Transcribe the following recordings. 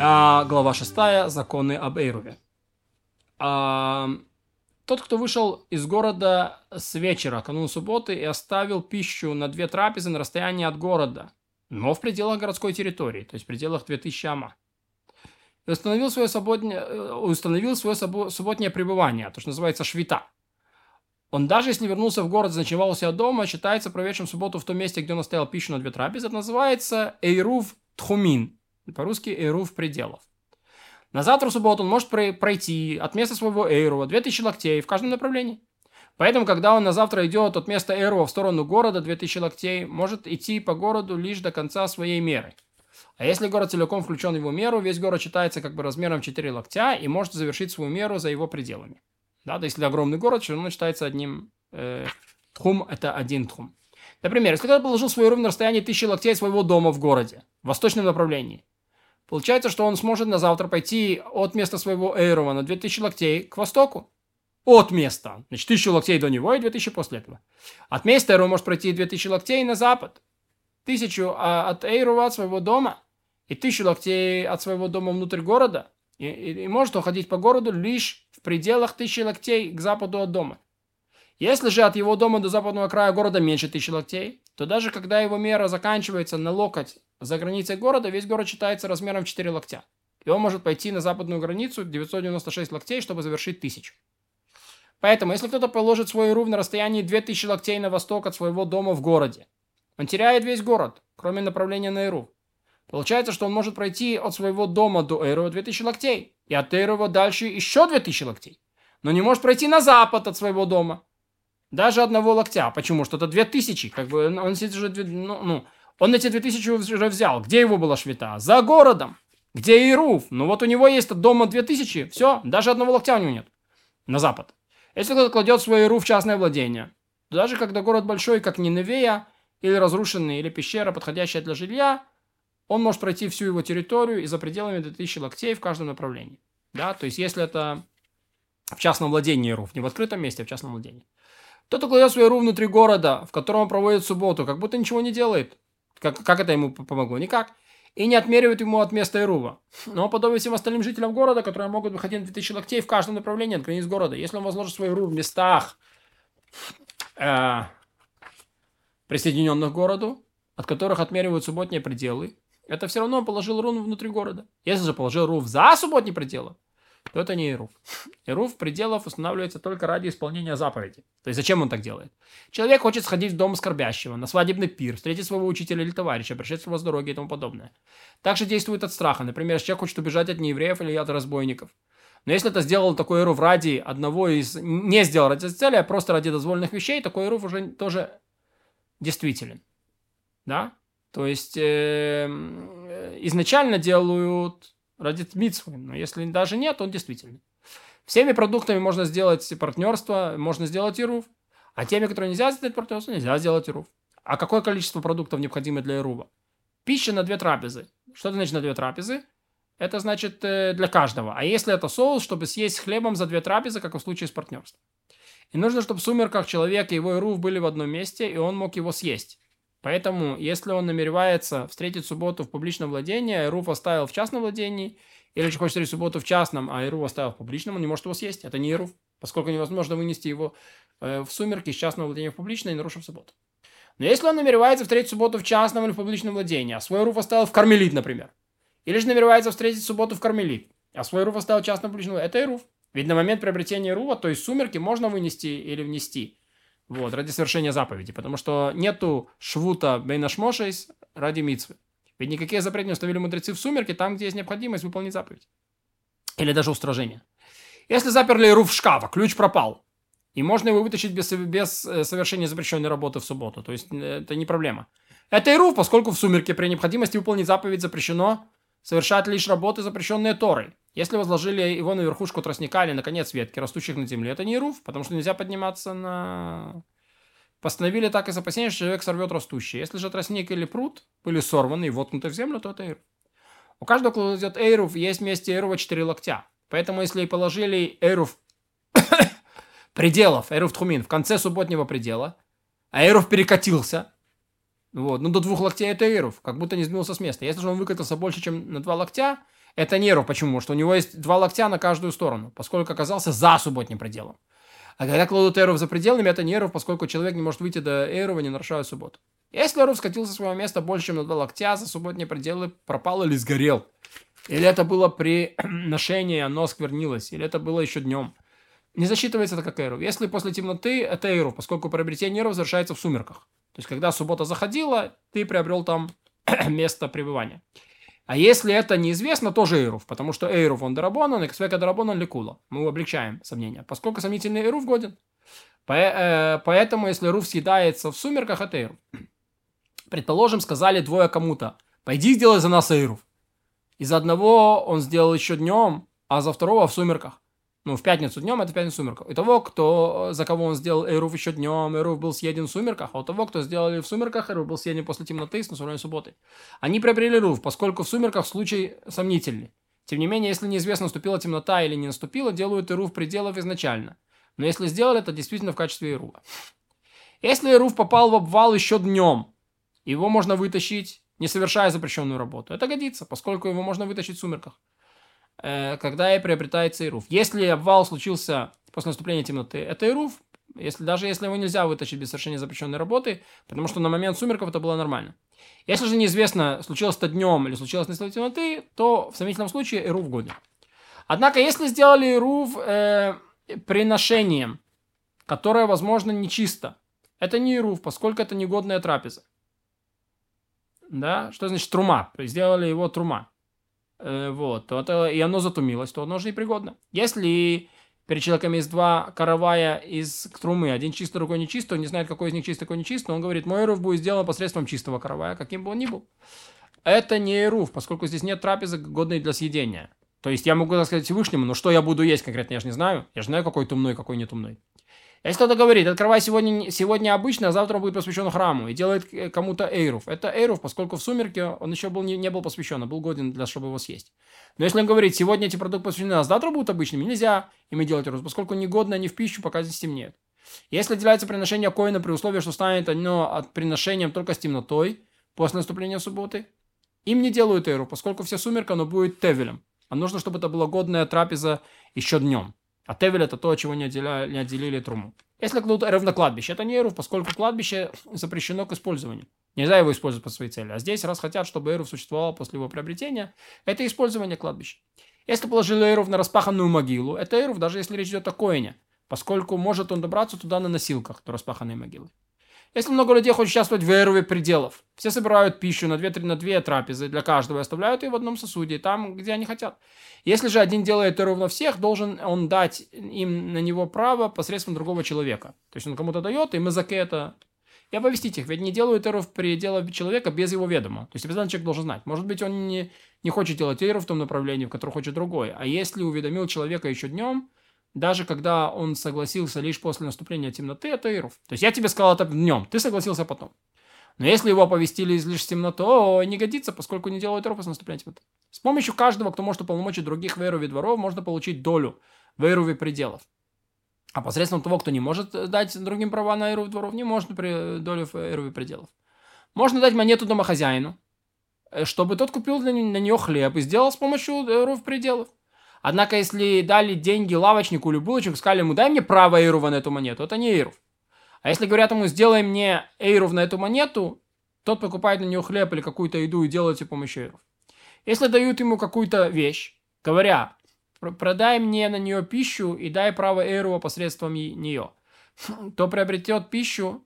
Глава 6. Законы об Эйруве. Тот, кто вышел из города с вечера, канун субботы, и оставил пищу на 2 трапезы на расстоянии от города, но в пределах городской территории, то есть в пределах 2000 ама, и установил свое субботнее пребывание, то, что называется швита. Он даже если вернулся в город, заночевал у себя дома, считается проведшим субботу в том месте, где он оставил пищу на 2 трапезы. Это называется Эйрув Тхумин. По-русски Эйрув пределов. На завтра в субботу он может пройти от места своего Эйрува 2000 локтей в каждом направлении. Поэтому, когда он на завтра идет от места Эйрува в сторону города 2000 локтей, может идти по городу лишь до конца своей меры. А если город целиком включен в его меру, весь город считается как бы размером 4 локтя и может завершить свою меру за его пределами. Да, то если огромный город, все равно считается одним тхум, это один тхум. Например, если кто-то положил свой Эйрув на расстоянии 1000 локтей от своего дома в городе, в восточном направлении, получается, что он сможет на завтра пойти от места своего Эйрува на 2000 локтей к востоку. От места. Значит, 1000 локтей до него и 2000 после этого. От места Эйрува может пройти 2000 локтей на запад. 1000 от Эйрува от своего дома и 1000 локтей от своего дома внутрь города. И может уходить по городу лишь в пределах 1000 локтей к западу от дома. Если же от его дома до западного края города меньше 1000 локтей, то даже когда его мера заканчивается на локоть за границей города, весь город считается размером 4 локтя. И он может пойти на западную границу 996 локтей, чтобы завершить 1000. Поэтому, если кто-то положит свой Эйрув на расстоянии 2000 локтей на восток от своего дома в городе, он теряет весь город, кроме направления на Эйрув. Получается, что он может пройти от своего дома до Эйрува 2000 локтей, и от Эйрува дальше еще 2000 локтей, но не может пройти на запад от своего дома. Даже одного локтя. Почему? Что это 2000. Как бы он эти 2000 уже взял. Где его была швита? За городом. Где Эйрув? Ну вот у него есть от дома 2000. Все, даже одного локтя у него нет. На запад. Если кто-то кладет свой Эйрув в частное владение, то даже когда город большой, как Ниневея, или разрушенный, или пещера, подходящая для жилья, он может пройти всю его территорию и за пределами 2000 локтей в каждом направлении. Да, то есть если это в частном владении Эйрув, не в открытом месте, а в частном владении. Кто-то кладет свой Эйрув внутри города, в котором он проводит субботу, как будто ничего не делает. Как это ему помогло? Никак. И не отмеривает ему от места Эйрува. Но подобно всем остальным жителям города, которые могут выходить на 2000 локтей в каждом направлении от границ города. Если он возложит свой Эйрув в местах, присоединенных к городу, от которых отмеривают субботние пределы, это все равно он положил Эйрув внутри города. Если же положил Эйрув за субботние пределы, то это не Эйрув. Эйрув пределов устанавливается только ради исполнения заповеди. То есть зачем он так делает? Человек хочет сходить в дом скорбящего, на свадебный пир, встретить своего учителя или товарища, пришедшего его с дороги и тому подобное. Также действует от страха. Например, человек хочет убежать от неевреев или от разбойников. Но если это сделал такой Эйрув ради одного из... Не сделал ради цели, а просто ради дозволенных вещей, такой Эйрув уже тоже действителен. Да? То есть изначально делают ради мицвы, но если даже нет, он действительно. Всеми продуктами можно сделать партнерство, можно сделать Эйрув, а теми, которые нельзя сделать партнерство, нельзя сделать Эйрув. А какое количество продуктов необходимо для Эйрува? Пища на 2 трапезы. Что это значит на 2 трапезы? Это значит для каждого. А если это соус, чтобы съесть с хлебом за 2 трапезы, как в случае с партнерством. И нужно, чтобы в сумерках человек и его Эйрув были в одном месте, и он мог его съесть. Поэтому, если он намеревается встретить субботу в публичном владении, а Эйрув оставил в частном владении, или же хочет встретить субботу в частном, а Эйрув оставил в публичном, он не может его съесть. Это не Эйрув, поскольку невозможно вынести его в сумерки из частного владения в публичное, и нарушив субботу. Но если он намеревается встретить субботу в частном или в публичном владении, а свой Эйрув оставил в кармелит, например, или же намеревается встретить субботу в кармелит, а свой Эйрув оставил в частном публичном, это Эйрув. Ведь на момент приобретения Эйрува, то есть сумерки, можно вынести или внести. Вот, ради совершения заповеди, потому что нету швута бейнашмошейс ради мицвы. Ведь никакие запреты не установили мудрецы в сумерки, там, где есть необходимость выполнить заповедь. Или даже устражение. Если заперли Эйрув в шкаф, а ключ пропал, и можно его вытащить без совершения запрещенной работы в субботу, то есть это не проблема. Это Эйрув, поскольку в сумерке при необходимости выполнить заповедь запрещено совершать лишь работы, запрещенные Торой. Если возложили его на верхушку тростника или на конец ветки, растущих на земле, это не Эйрув, потому что нельзя подниматься на... Постановили так из опасения, что человек сорвет растущее. Если же тростник или пруд были сорваны и воткнуты в землю, то это Эйрув. У каждого, кто идет Эйрув, есть вместе Эйрува 4 локтя. Поэтому, если положили Эйрув пределов, Эйрув Тхумин, в конце субботнего предела, а Эйрув перекатился, вот, до 2 локтей это Эйрув, как будто не сдвинулся с места. Если же он выкатился больше, чем на 2 локтя, Это не эйрув. Почему? Потому что у него есть 2 локтя на каждую сторону, поскольку оказался за субботним пределом. А когда кладут эйрув за пределами, это не эйрув, поскольку человек не может выйти до эйрува, не нарушая субботу. Если эйрув скатился со своего места больше, чем на 2 локтя, за субботние пределы пропал или сгорел, или это было при ношении, оно сквернилось, или это было еще днем, не засчитывается это как эйрув. Если после темноты, это эйрув, поскольку приобретение эйрув завершается в сумерках. То есть, когда суббота заходила, ты приобрел там место пребывания. А если это неизвестно, тоже эйрув, потому что эйрув он дарабонан, и ксвека дарабонан ликула. Мы облегчаем сомнения. Поскольку сомнительный эйрув годен, поэтому если эйрув съедается в сумерках, это эйрув. Предположим, сказали двое кому-то: пойди сделай за нас эйрув. И за одного он сделал еще днем, а за второго в сумерках. Ну, в пятницу днем, это в пятницу в сумерках. И того, за кого он сделал эйрув еще днем, эйрув был съеден в сумерках, а у того, кто сделали в сумерках, эйрув был съеден после темноты с наступлением субботы. Они приобрели эйрув, поскольку в сумерках случай сомнительный. Тем не менее, если неизвестно, наступила темнота или не наступила, делают эйрув пределов изначально. Но если сделали, это действительно в качестве эйрува. Если эйрув попал в обвал еще днем, его можно вытащить, не совершая запрещенную работу. Это годится, поскольку его можно вытащить в сумерках, когда и приобретается эйрув. Если обвал случился после наступления темноты, это эйрув, даже если его нельзя вытащить без совершения запрещенной работы, потому что на момент сумерков это было нормально. Если же неизвестно, случилось это днем или случилось на темноты, то в сомнительном случае эйрув годен. Однако, если сделали эйрув приношением, которое, возможно, нечисто, это не эйрув, поскольку это негодная трапеза. Да? Что значит трума? Сделали его трума. Вот, и оно затумилось, то оно же непригодно. Если перед человеком есть 2 каравая из трумы, один чистый, другой нечистый, он не знает, какой из них чистый, какой нечистый, он говорит: мой эйрув будет сделан посредством чистого каравая, каким бы он ни был. Это не эйрув, поскольку здесь нет трапезы, годной для съедения. То есть я могу сказать Всевышнему: ну что я буду есть конкретно, я же не знаю. Я же знаю, какой тумной, какой не тумной. Если кто-то говорит: открывай сегодня обычно, а завтра он будет посвящен храму, и делает кому-то эйрув. Это эйрув, поскольку в сумерке он еще не был посвящен, а был годен чтобы его съесть. Но если он говорит: сегодня эти продукты посвящены, а завтра будут обычными, нельзя ими делать эйрув, поскольку негодно они в пищу, пока здесь темнеет. Если отделяется приношение коэна при условии, что станет оно от приношением только с темнотой, после наступления субботы, им не делают эйрув, поскольку вся сумерка, оно будет тевелем. А нужно, чтобы это была годная трапеза еще днем. А тевель — это то, от чего не отделили труму. Если кладут эйрув на кладбище, это не эйрув, поскольку кладбище запрещено к использованию. Нельзя его использовать по своей цели. А здесь, раз хотят, чтобы эйрув существовал после его приобретения, это использование кладбища. Если положили эйрув на распаханную могилу, это эйрув, даже если речь идет о коэне, поскольку может он добраться туда на носилках до распаханной могилы. Если много людей хочет участвовать в эйруве пределов, все собирают пищу на 2 трапезы для каждого и оставляют ее в одном сосуде, там, где они хотят. Если же один делает эйрув на всех, должен он дать им на него право посредством другого человека. То есть он кому-то дает, и мезаке это... И оповестить их, ведь не делают эйрув пределов человека без его ведома. То есть обязательно человек должен знать. Может быть, он не хочет делать эйрув в том направлении, в котором хочет другой. А если уведомил человека еще днем, даже когда он согласился лишь после наступления темноты, это эйрув. То есть я тебе сказал это днем, ты согласился потом. Но если его оповестили лишь с темноты, то не годится, поскольку не делают эйрув после наступления темноты. С помощью каждого, кто может уполномочить других в эйруве дворов, можно получить долю в эйруве пределов. А посредством того, кто не может дать другим права на эйрув дворов, не может долю в эйруве пределов. Можно дать монету домохозяину, чтобы тот купил на нее хлеб и сделал с помощью эйрув пределов. Однако, если дали деньги лавочнику или булочнику, сказали ему: дай мне право эйрува на эту монету, это не эйрув. А если говорят ему: сделай мне эйрув на эту монету, тот покупает на нее хлеб или какую-то еду и делает с помощью эйрув. Если дают ему какую-то вещь, говоря: продай мне на нее пищу и дай право эйрува посредством нее, тот приобретет пищу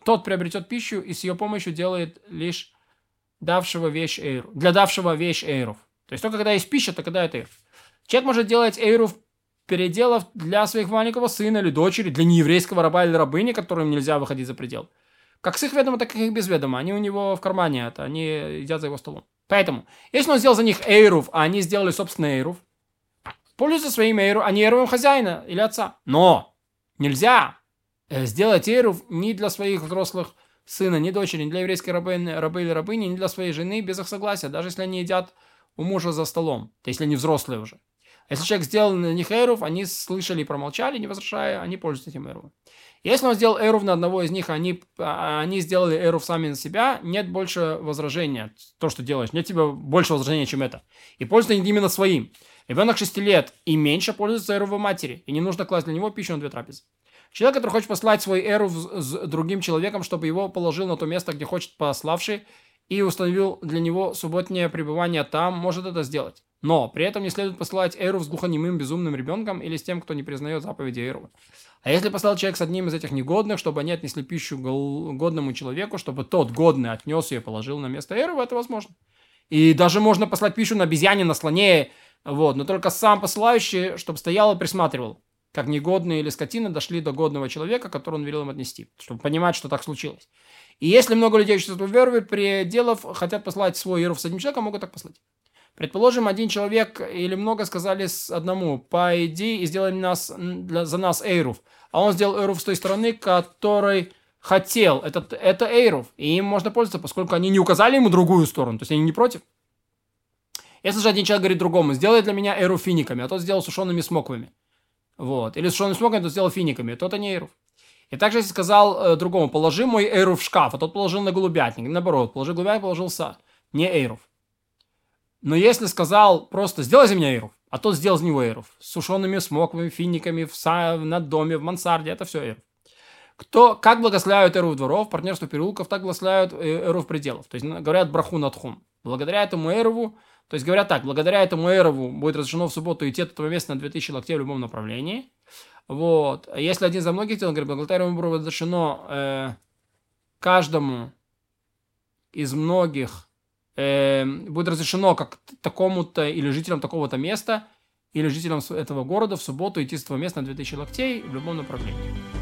и с ее помощью делает лишь давшего вещь эйрув. Для давшего вещь эйрув. То есть только когда есть пища, то когда это эйрув. Человек может делать эйрув переделов для своих маленького сына или дочери, для нееврейского раба или рабыни, которым нельзя выходить за предел. Как с их ведома, так и их без ведома. Они у него в кармане, они едят за его столом. Поэтому, если он сделал за них эйрув, а они сделали собственный эйрув, пользуются своим эйрув, а не эйрувом хозяина или отца. Но нельзя сделать эйрув ни для своих взрослых сына, ни дочери, ни для еврейской рабы или рабыни, ни для своей жены без их согласия, даже если они едят у мужа за столом, то есть если они взрослые уже. Если человек сделал на них эйрув, они слышали и промолчали, не возражая, они пользуются этим эйрувом. Если он сделал эйрув на одного из них, они сделали эйрув сами на себя, нет больше возражения. То, что делаешь, нет тебе больше возражения, чем это. И пользуются именно своим. Ребенок 6 лет и меньше пользуется эйрувом матери, и не нужно класть для него пищу на 2 трапезы. Человек, который хочет послать свой эйрув с другим человеком, чтобы его положил на то место, где хочет пославший, и установил для него субботнее пребывание там, может это сделать. Но при этом не следует посылать эйрув с глухонемым безумным ребенком или с тем, кто не признает заповеди эйрува. А если послал человек с одним из этих негодных, чтобы они отнесли пищу годному человеку, чтобы тот годный отнес ее и положил на место эйрува, это возможно. И даже можно послать пищу на обезьяне, на слоне, вот, но только сам посылающий, чтобы стоял и присматривал, как негодные или скотина дошли до годного человека, который он велел им отнести, чтобы понимать, что так случилось. И если много людей участвуют в эйруве, пределов хотят послать свой эйрув с одним человеком, могут так послать. Предположим, один человек или много сказали одному: пойди и сделай за нас эйрув. А он сделал эйрув с той стороны, которой хотел. Это эйрув. И им можно пользоваться, поскольку они не указали ему другую сторону. То есть они не против. Если же один человек говорит другому: сделай для меня эйрув финиками, а тот сделал сушеными смоквами. Вот. Или сушеными смоквами, тот сделал финиками. То это не эйрув. И также если сказал другому: положи мой эйрув в шкаф, а тот положил на голубятник. Наоборот, положи голубятник, положил в сад. Не эйрув. Но если сказал просто: сделай за меня эйрув, а тот сделал за него эйрув с сушеными смоквами, финиками, на доме, в мансарде, это все эйрув. Как благословляют эйрув дворов, партнерство переулков, так благословляют эйрув пределов. То есть говорят браху надхум. Благодаря этому эйруву, то есть говорят так: благодаря этому эйруву будет разрешено в субботу идти от этого места на 2000 локтей в любом направлении. Вот. А если один за многих делал, говорит, благодаря этому будет разрешено каждому из многих будет разрешено как такому-то или жителям такого-то места, или жителям этого города в субботу идти с этого места на 2000 локтей в любом направлении.